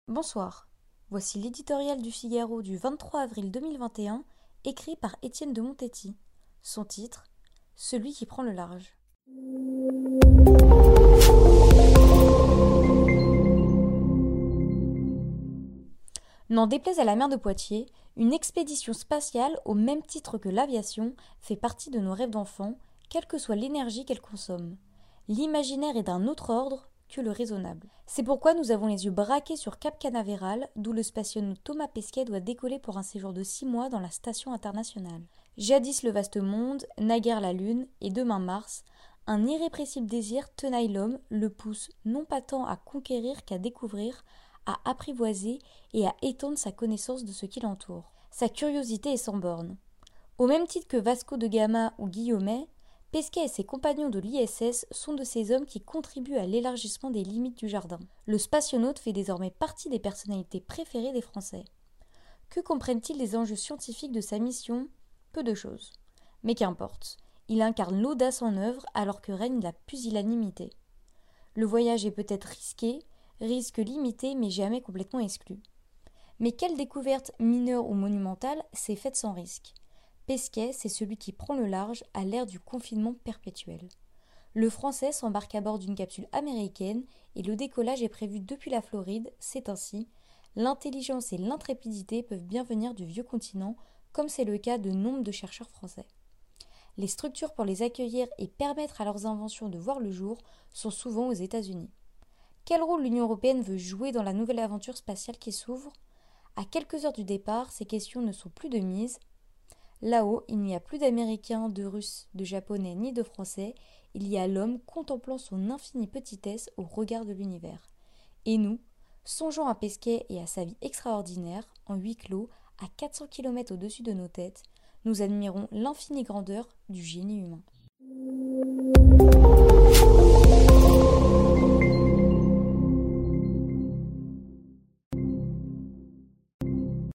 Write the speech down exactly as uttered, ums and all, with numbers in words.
Bonsoir, voici l'éditorial du Figaro du vingt-trois avril deux mille vingt et un, écrit par Étienne de Montetti. Son titre, Celui qui prend le large. N'en déplaise à la mer de Poitiers, une expédition spatiale, au même titre que l'aviation, fait partie de nos rêves d'enfants, quelle que soit l'énergie qu'elle consomme. L'imaginaire est d'un autre ordre que le raisonnable. C'est pourquoi nous avons les yeux braqués sur Cap Canaveral, d'où le spationaute Thomas Pesquet doit décoller pour un séjour de six mois dans la station internationale. Jadis le vaste monde, naguère la Lune, et demain Mars, un irrépressible désir tenaille l'homme, le pousse non pas tant à conquérir qu'à découvrir, à apprivoiser et à étendre sa connaissance de ce qui l'entoure. Sa curiosité est sans borne. Au même titre que Vasco de Gama ou Guillaumet, Pesquet et ses compagnons de l'I S S sont de ces hommes qui contribuent à l'élargissement des limites du jardin. Le spationaute fait désormais partie des personnalités préférées des Français. Que comprennent-ils des enjeux scientifiques de sa mission ? Peu de choses. Mais qu'importe, il incarne l'audace en œuvre alors que règne la pusillanimité. Le voyage est peut-être risqué, risque limité mais jamais complètement exclu. Mais quelle découverte mineure ou monumentale s'est faite sans risque ? Pesquet, c'est celui qui prend le large à l'ère du confinement perpétuel. Le Français s'embarque à bord d'une capsule américaine et le décollage est prévu depuis la Floride. C'est ainsi, l'intelligence et l'intrépidité peuvent bien venir du vieux continent, comme c'est le cas de nombre de chercheurs français. Les structures pour les accueillir et permettre à leurs inventions de voir le jour sont souvent aux États-Unis. Quel rôle l'Union européenne veut jouer dans la nouvelle aventure spatiale qui s'ouvre ? À quelques heures du départ, ces questions ne sont plus de mise. Là-haut, il n'y a plus d'Américains, de Russes, de Japonais ni de Français, il y a l'homme contemplant son infinie petitesse au regard de l'univers. Et nous, songeons à Pesquet et à sa vie extraordinaire, en huis clos, à quatre cents kilomètres au-dessus de nos têtes, nous admirons l'infinie grandeur du génie humain.